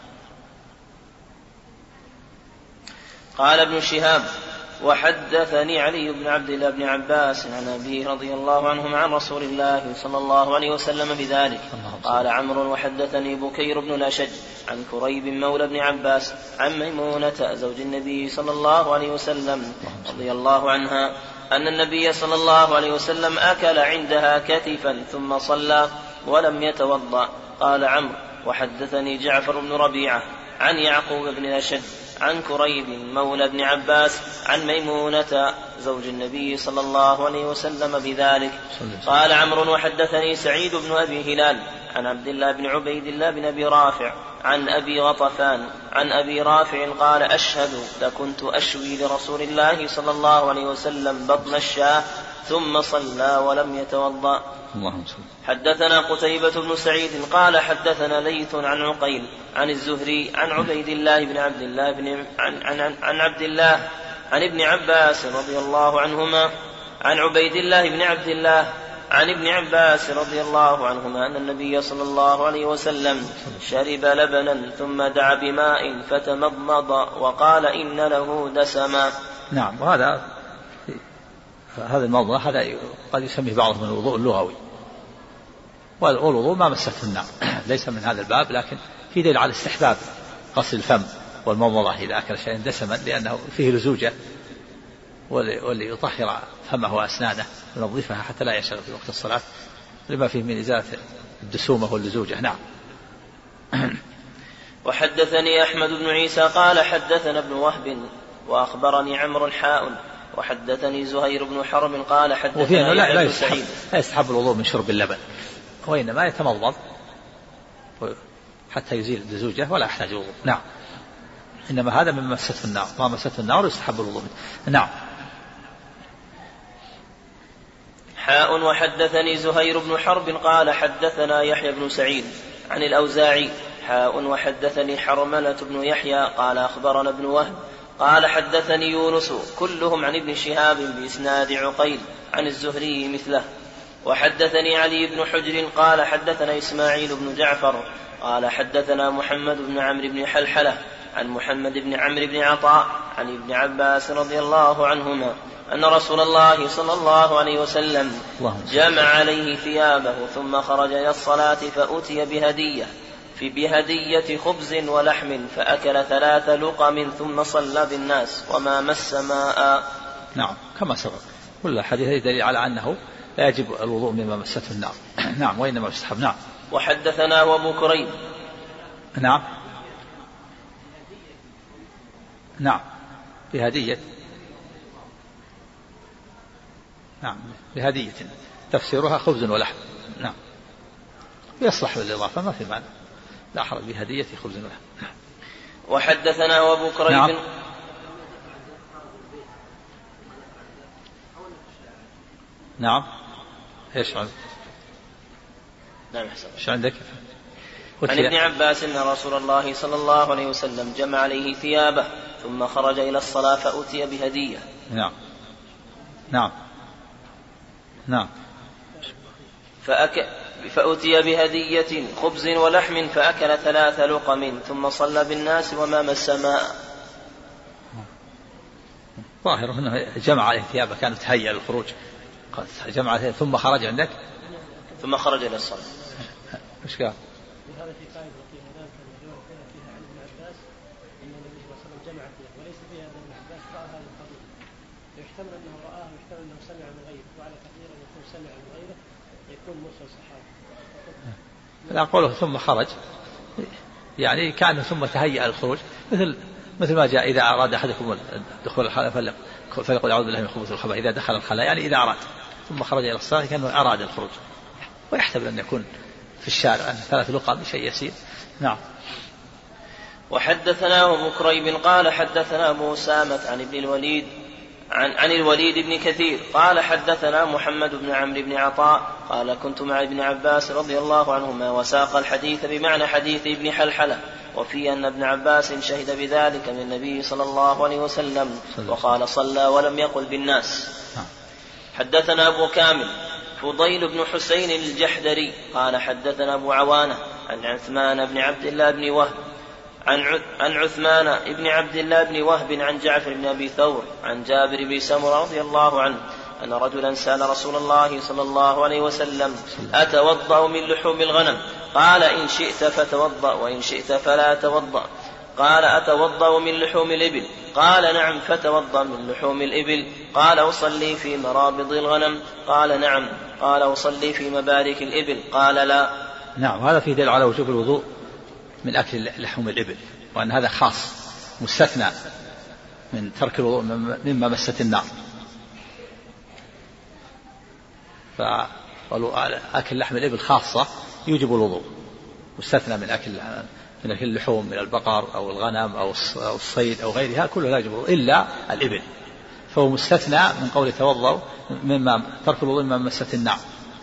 قال ابن شهاب وحدثني علي بن عبد الله بن عباس عن أبيه رضي الله عنهما عن رسول الله صلى الله عليه وسلم بذلك. قال عمرو وحدثني بكير بن الأشج عن كريب مولى بن عباس عن ميمونة زوج النبي صلى الله عليه وسلم رضي الله عنها أن النبي صلى الله عليه وسلم أكل عندها كتفا ثم صلى ولم يتوضأ. قال عمرو وحدثني جعفر بن ربيعة عن يعقوب بن الأشج عن كريب مولى بن عباس عن ميمونة زوج النبي صلى الله عليه وسلم بذلك. قال عمرو وحدثني سعيد بن أبي هلال عن عبد الله بن عبيد الله بن أبي رافع عن أبي غطفان عن أبي رافع قال أشهد لكنت أشوي لرسول الله صلى الله عليه وسلم بطن الشاة ثم صلى ولم يتوضأ. حدثنا قتيبة بن سعيد قال حدثنا ليث عن عقيل عن الزهري عن عبيد الله بن عبد الله بن عن, عن, عن عبد الله عن ابن عباس رضي الله عنهما عن عبيد الله بن عبد الله عن ابن عباس رضي الله عنهما أن النبي صلى الله عليه وسلم شرب لبنا ثم دعا بماء فتمضمض وقال إن له دسما. نعم. وهذا هذا الموضوع هذا قد يسميه بعضهم الوضوء اللغوي، والوضوء ما مسته النار ليس من هذا الباب، لكن في دليل على استحباب غسل الفم والمضمضة إذا أكل شيئا دسما لأنه فيه لزوجة وليطهر فمه وأسنانه ونظيفها حتى لا يشغل في وقت الصلاة لما فيه من إزالة الدسومة واللزوجة. نعم. وحدثني أحمد بن عيسى قال حدثنا ابن وهب وأخبرني عمرو حاء وحدثني زهير بن حرب قال حدثنا لا, لا, يستحب لا يستحب الوضوء من شرب اللبن، وإنما يتمضمض حتى يزيل الدزوجة ولا يحتاج وضوء. نعم. إنما هذا من مسته النار، ما مسته النار يستحب الوضوء. نعم. حاء وحدثني زهير بن حرب قال حدثنا يحيى بن سعيد عن الأوزاعي حاء وحدثني حرملة بن يحيى قال أخبرنا ابن وهب قال حدثني يونس كلهم عن ابن شهاب بإسناد عقيل عن الزهري مثله. وحدثني علي بن حجر قال حدثنا إسماعيل بن جعفر قال حدثنا محمد بن عمرو بن حلحلة عن محمد بن عمرو بن عطاء عن ابن عباس رضي الله عنهما أن رسول الله صلى الله عليه وسلم جمع عليه ثيابه ثم خرج إلى الصلاة فأتي بهدية في بهدية خبز ولحم فأكل ثلاث لقم ثم صلى بالناس وما مس ماء. نعم كما سبق. كل حديث دليل على أنه لا يجب الوضوء مما مسته النار. نعم وإنما يستحب. نعم. وحدثنا أبو كريب. نعم. نعم بهدية. نعم بهدية تفسيرها خبز ولحم. نعم يصلح بالإضافة ما في معنى، لا حرج بهدية خبز ولحم. نعم. وحدثنا أبو كريب. نعم. نعم ايش عندك؟ نعم حسن. ايش عندك؟ عن ابن عباس ان رسول الله صلى الله عليه وسلم جمع عليه ثيابه ثم خرج الى الصلاه فاتي بهديه. نعم. نعم. نعم. فأك... فأتي بهدية خبز ولحم فأكل ثلاث لقم ثم صلى بالناس وما مس ماء. ظاهر أنه جمع عليه ثيابه كانت تهيأ للخروج جمع عليه ثم خرج عندك ثم خرج إلى الصلاة. إيش قال؟ وهذا في قائد وفي هناك الرواية فيها عن ابن عباس أن النبي صلى الله عليه وسلم جمع فيها وليس فيها أن ابن عباس رأى هذا القضية يحتمل أنه رآه ويحتمل أنه سمع من غيره وعلى كثير أن يكون سمع من غيره يكون مرسل صحابي. لا قوله ثم خرج يعني كأنه ثم تهيأ الخروج مثل مثل ما جاء إذا أراد أحدكم دخول الخلاء فليقل أعوذ بالله من الخبث والخبائث إذا دخل الخلاء يعني إذا أراد ثم خرج إلى الصلاة كأنه أراد الخروج ويحتمل أن يكون في الشارع أن ثلاث لقم شيء يسير. نعم. وحدثنا أبو كريب قال حدثنا أبو أسامة عن ابن الوليد عن, عن الوليد بن كثير قال حدثنا محمد بن عمرو بن عطاء قال كنت مع ابن عباس رضي الله عنهما وساق الحديث بمعنى حديث ابن حلحلة وفي أن ابن عباس شهد بذلك من النبي صلى الله عليه وسلم وقال صلى ولم يقل بالناس. حدثنا أبو كامل فضيل بن حسين الجحدري قال حدثنا أبو عوانة عن عثمان بن عبد الله بن وهب عن عثمان بن عبد الله بن وهب عن جعفر بن أبي ثور عن جابر بن سمرة رضي الله عنه أن رجلا سأل رسول الله صلى الله عليه وسلم أتوضأ من لحوم الغنم؟ قال إن شئت فتوضأ وإن شئت فلا توضأ. قال أتوضأ من لحوم الإبل؟ قال نعم فتوضأ من لحوم الإبل. قال أصلي في مرابض الغنم؟ قال نعم. قال أصلي في مبارك الإبل؟ قال لا. نعم. هذا فيه دليل على وجوب الوضوء من أكل لحوم الإبل وأن هذا خاص مستثنى من ترك الوضوء مما مست النار. فأكل لحم الإبل خاصة يوجب الوضوء مستثنى من أكل من أكل اللحوم من البقر أو الغنم أو الصيد أو غيرها كله لا يوجب الوضوء إلا الإبل فهو مستثنى من قول توضأ مما ترك الوضوء مما مست النار.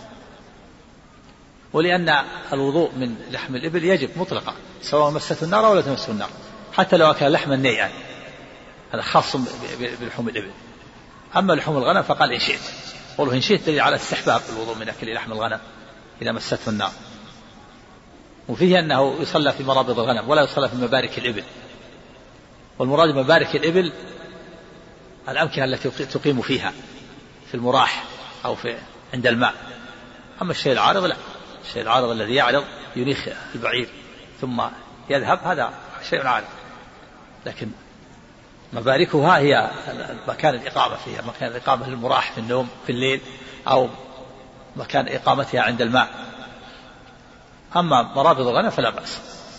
ولأن الوضوء من لحم الإبل يجب مطلقا سواء مسته النار أو لا تمسه النار حتى لو أكل لحما نيئا هذا خاص بلحوم الإبل. أما لحوم الغنم فقال إن شئت قوله إن شئت دليل على استحباب الوضوء من أكل لحم الغنم إذا مسته النار. وفيه أنه يصلى في مرابض الغنم ولا يصلى في مبارك الإبل والمراد مبارك الإبل الأمكنة التي تقيم فيها في المراح أو في عند الماء. أما الشيء العارض لا الشيء العارض الذي يعرض ينيخ البعير ثم يذهب هذا شيء عارض لكن مباركها هي مكان الإقامة فيها مكان الإقامة للمراح في النوم في الليل أو مكان إقامتها عند الماء. أما مرابض الغنم فلا بأس.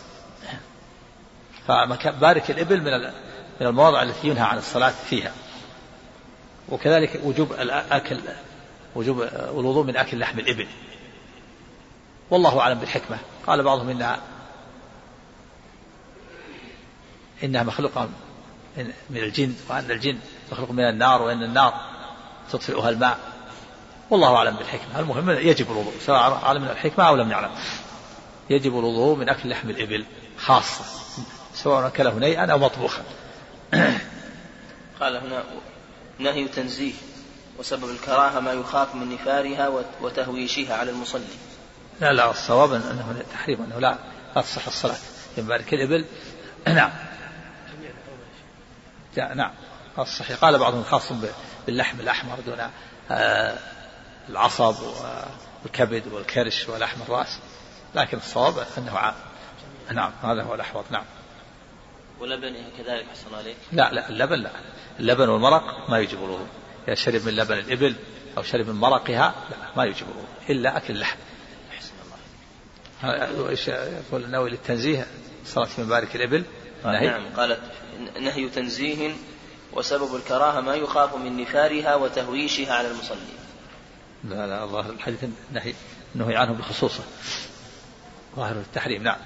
فبارك الإبل من من المواضع التي ينهى عن الصلاة فيها. وكذلك وجوب الأكل وجوب الوضوء من أكل لحم الإبل والله أعلم بالحكمة. قال بعضهم إنها إنها مخلوقة من الجن وأن الجن مخلوق من النار وأن النار تطفئها الماء والله أعلم بالحكمة. المهم يجب الوضوء سواء علم من الحكمة أو لم يعلم يجب الوضوء من أكل لحم الإبل خاصة سواء أكله نيئا أو مطبوخا. قال هنا نهي تنزيه وسبب الكراهة ما يخاف من نفارها وتهويشها على المصلي. لا لا الصواب أنه تحريم أنه لا لا تصح الصلاة في مبارك الإبل. نعم نعم الصحيح. قال بعضهم خاص باللحم الأحمر دون العصب والكبد والكرش ولحم الرأس لكن الصواب أنه عام. نعم هذا هو الأحوط. نعم. ولبنها كذلك حسن عليك؟ لا لا اللبن لا اللبن والمرق ما يجب الوضوء. إذا شرب من لبن الإبل أو شرب من مرقها لا ما يجب الوضوء إلا أكل اللحم. يقول النووي للتنزيه صلاة في مبارك الإبل. نعم قالت نهي تنزيه وسبب الكراهة ما يخاف من نفارها وتهويشها على المصلي. لا لا ظاهر الحديث نهي نهي عنه بخصوصه ظاهر التحريم. نعم.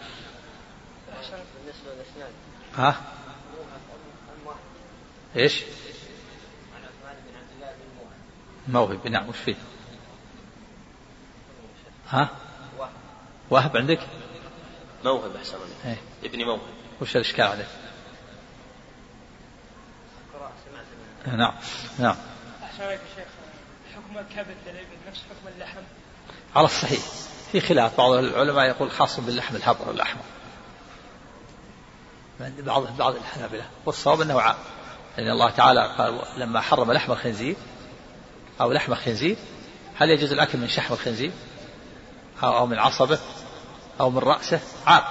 ها ايش موهب؟ نعم وش فيه؟ ها وهب عندك موهب أحسن ايه؟ ابن موهب. وش الإشكال عليه؟ نعم نعم. أحسن عليك شيخ حكم الكبد للإبل نفس حكم اللحم على الصحيح. في خلاف، بعض العلماء يقول خاص باللحم الهبر والأحمر، بعض بعض الحنابلة، والصواب أنه عام، لأن الله تعالى قال لما حرم لحم الخنزير أو لحم الخنزير هل يجوز الأكل من شحم الخنزير أو من عصبه أو من رأسه؟ عام.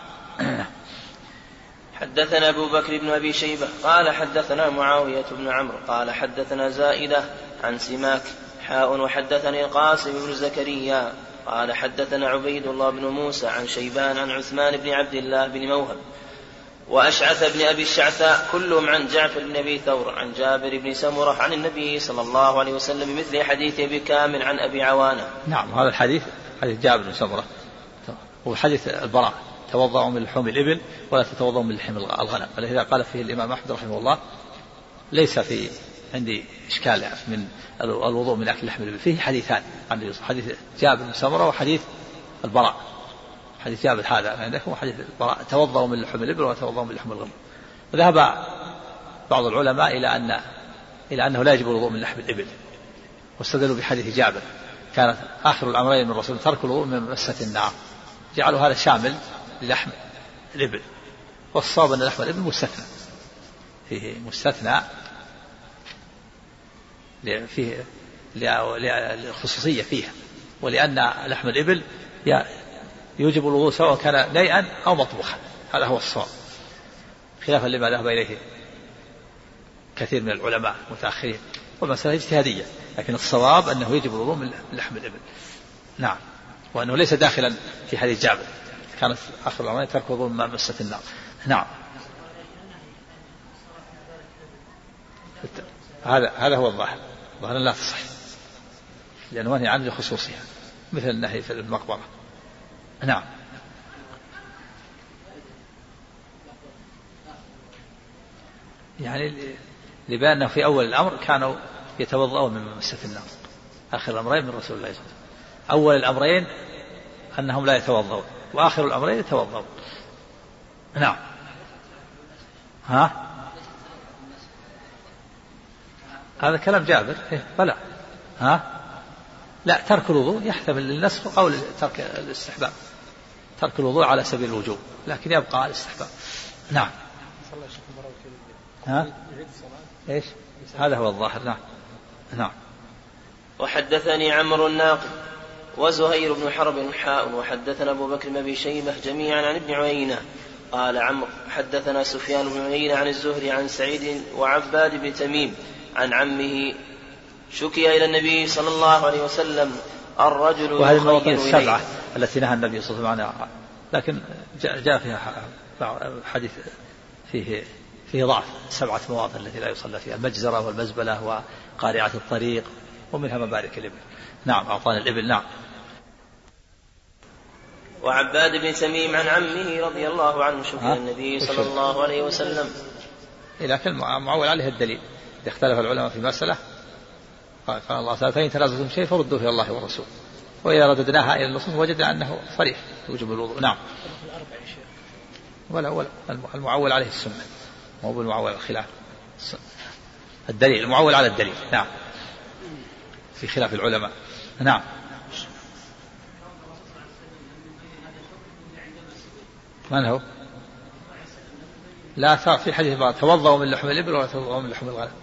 حدثنا أبو بكر بن أبي شيبة قال حدثنا معاوية بن عمرو قال حدثنا زائدة عن سماك حاء وحدثني القاسم بن زكريا قال حدثنا عبيد الله بن موسى عن شيبان عن عثمان بن عبد الله بن موهب وأشعث بن أبي الشعثاء كلهم عن جعفر بن أبي ثور عن جابر بن سمرة عن النبي صلى الله عليه وسلم مثل حديث أبي كامل عن أبي عوانة. نعم، هذا الحديث حديث جابر بن سمرة هو حديث البراء، توضأوا من لحوم الإبل ولا تتوضأوا من لحم الغنم. ولذا قال فيه الإمام أحمد رحمه الله ليس في عندي إشكال من الوضوء من أكل لحم الإبل، فيه حديثان عن حديث جابر بن سمرة وحديث البراء. حديث جابر هذا عندكم وحديث البراء توضأوا من لحم الإبل ولا توضأوا من لحم الغنم. وذهب بعض العلماء إلى أن إلى أنه لا يجب الوضوء من لحم الإبل، واستدلوا بحديث جابر كانت آخر الأمرين من الرسول ترك الوضوء من مسة النار، جعلوا هذا شامل للحم الإبل. والصواب أن لحم الإبل مستثنى، فيه مستثنى فيه للخصوصية فيها، ولأن لحم الإبل يوجب الوضوء سواء كان نيئا أو مطبوخا، هذا هو الصواب، خلافا لما ذهب إليه كثير من العلماء المتأخرين، والمسألة اجتهادية، لكن الصواب أنه يجب الوضوء من لحم الإبل. نعم، وأنه ليس داخلا في حديث جابر كانت آخر الأمرين ترك الوضوء من مسة النار. نعم، هذا هذا هو الظاهر، ظاهر لا تصح لأنه نهي عن خصوصها مثل النهي في المقبرة. نعم. يعني لبأنه في أول الأمر كانوا يتوضؤون من مسة النار، آخر الأمرين من رسول الله صلى الله عليه وسلم. أول الأمرين أنهم لا يتوضؤون، وآخر الأمرين يتوضؤون. نعم. ها؟ هذا كلام جابر. إيه بلى. ها؟ لا، ترك الوضوء يحتمل للنسخ أو ترك الاستحباب، ترك الوضوء على سبيل الوجوب لكن يبقى على الاستحباب. نعم. ها؟ إيش؟ هذا هو الظاهر. نعم. نعم. وحدثني عمرو الناقد وزهير بن حرب حاء وحدثنا أبو بكر بن أبي شيبة جميعا عن ابن عيينة قال عمرو حدثنا سفيان بن عيينة عن الزهري عن سعيد وعباد بن تميم عن عمه شكي إلى النبي صلى الله عليه وسلم الرجل. وهذه المواطن السبعة التي نهى النبي صلى الله عليه وسلم عنها، لكن جاء فيها حديث فيه فيه ضعف، سبعة مواطن التي لا يصلى فيها: المجزرة والمزبلة وقارعة الطريق ومنها مبارك الإبل. نعم، أعطان الإبل. نعم. وعباد بن تميم عن عمه رضي الله عنه شكي النبي صلى الله عليه وسلم. لكن معول عليه الدليل، إذا اختلف العلماء في مسألة قال الله تعالى: فإن تنازعتم شيء فردوه إلى الله والرسول، وإذا رددناها إلى النصوص وجدنا أنه صريح يوجب الوضوء. نعم. ولا ولا المعول عليه السنة، مو بالمعول الخلاف، الدليل المعول على الدليل. نعم، في خلاف العلماء. نعم. من هو؟ لا، في حديث بعض توضأوا من لحم الإبل ولا توضأوا من لحم الغنم.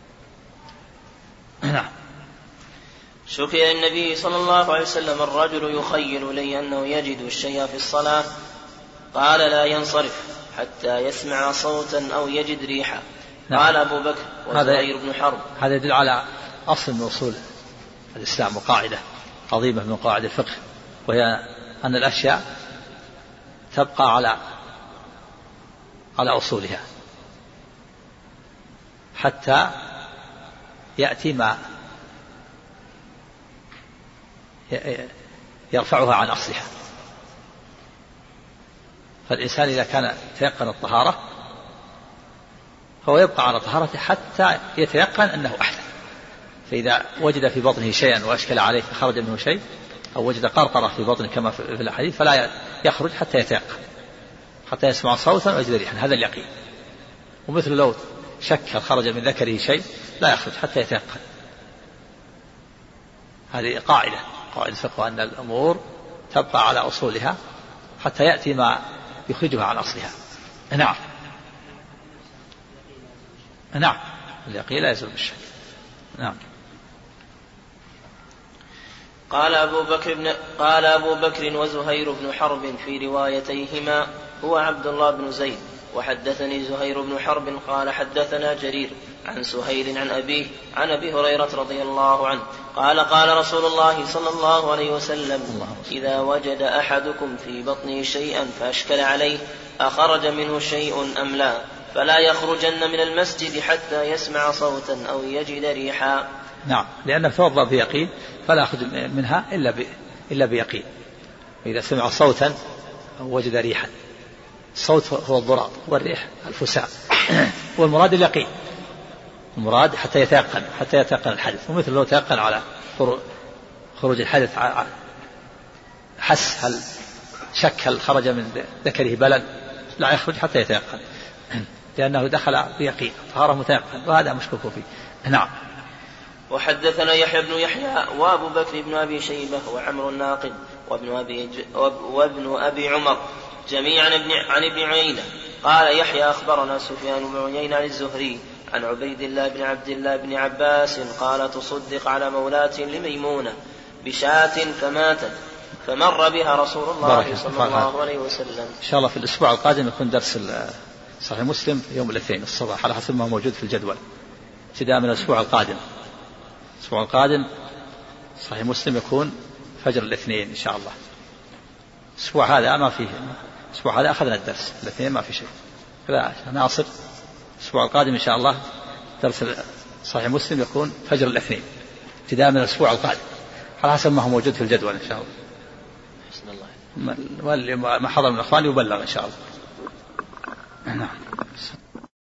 نعم. شكي النبي صلى الله عليه وسلم الرجل يخيل إليه أنه يجد الشيء في الصلاة قال لا ينصرف حتى يسمع صوتا أو يجد ريحا. نعم. قال أبو بكر وزهير بن حرب. هذا يدل على أصل من أصول الإسلام وقاعدة عظيمة من قواعد الفقه، وهي أن الأشياء تبقى على على أصولها حتى يأتي ما يرفعها عن أصلها. فالإنسان إذا كان تيقن الطهارة فهو يبقى على طهارته حتى يتيقن أنه أحدث. فإذا وجد في بطنه شيئا وأشكل عليه فخرج منه شيء، أو وجد قرقرة في بطنه كما في الحديث، فلا يخرج حتى يتيقن، حتى يسمع صوتا ويجد ريحا، هذا اليقين. ومثل لو شك خرج من ذكره شيء لا يخرج حتى يتيقن. هذه قاعدة قواعد الفقه أن الأمور تبقى على أصولها حتى يأتي ما يخرجها عن أصلها. نعم نعم اليقين لا يزول بالشك. نعم. قال أبو بكر بن قال أبو بكر وزهير بن حرب في روايتيهما هو عبد الله بن زيد. وحدثني زهير بن حرب قال حدثنا جرير عن سهيل عن أبيه عن أبي هريرة رضي الله عنه قال قال رسول الله صلى الله عليه وسلم إذا وجد أحدكم في بطنه شيئا فأشكل عليه أخرج منه شيء أم لا فلا يخرجن من المسجد حتى يسمع صوتا أو يجد ريحا. نعم لأنه توضأ بيقين فلا يخرج منها إلا ب... إلا بيقين. إذا سمع صوتا أو وجد ريحا، الصوت هو الضراط والريح الفساء والمراد اليقين، المراد حتى يتيقن حتى يتيقن الحدث. ومثل لو تيقن على خروج الحدث حس هل شك هل خرج من ذكره بلل لا يخرج حتى يتيقن لأنه دخل بيقين طهارة متيقن وهذا مشكوك فيه. نعم. وحدثنا يحيى بن يحيى وابو بكر بن ابي شيبه وعمرو الناقد وابن ابي وابن ابي عمر جميعا عن ابن عيينة قال يحيى اخبرنا سفيان بن عيينة عن الزهري عن عبيد الله بن عبد الله بن عباس قال تصدق على مولاة لميمونة بشاة فماتت فمر بها رسول الله صلى الله عليه وسلم. ان شاء الله في الاسبوع القادم يكون درس صحيح مسلم يوم الاثنين الصباح على حسب ما موجود في الجدول ابتداء من الاسبوع القادم. الأسبوع القادم صحيح مسلم يكون فجر الاثنين إن شاء الله. الأسبوع هذا ما فيه، الأسبوع هذا أخذنا الدرس الاثنين ما في شيء كذا ناصر. الأسبوع القادم إن شاء الله درس صحيح مسلم يكون فجر الاثنين ابتداء من الأسبوع القادم على حسب ما هو موجود في الجدول إن شاء الله. بسم الله. ما حضر من الأخوان يبلغ إن شاء الله. نعم.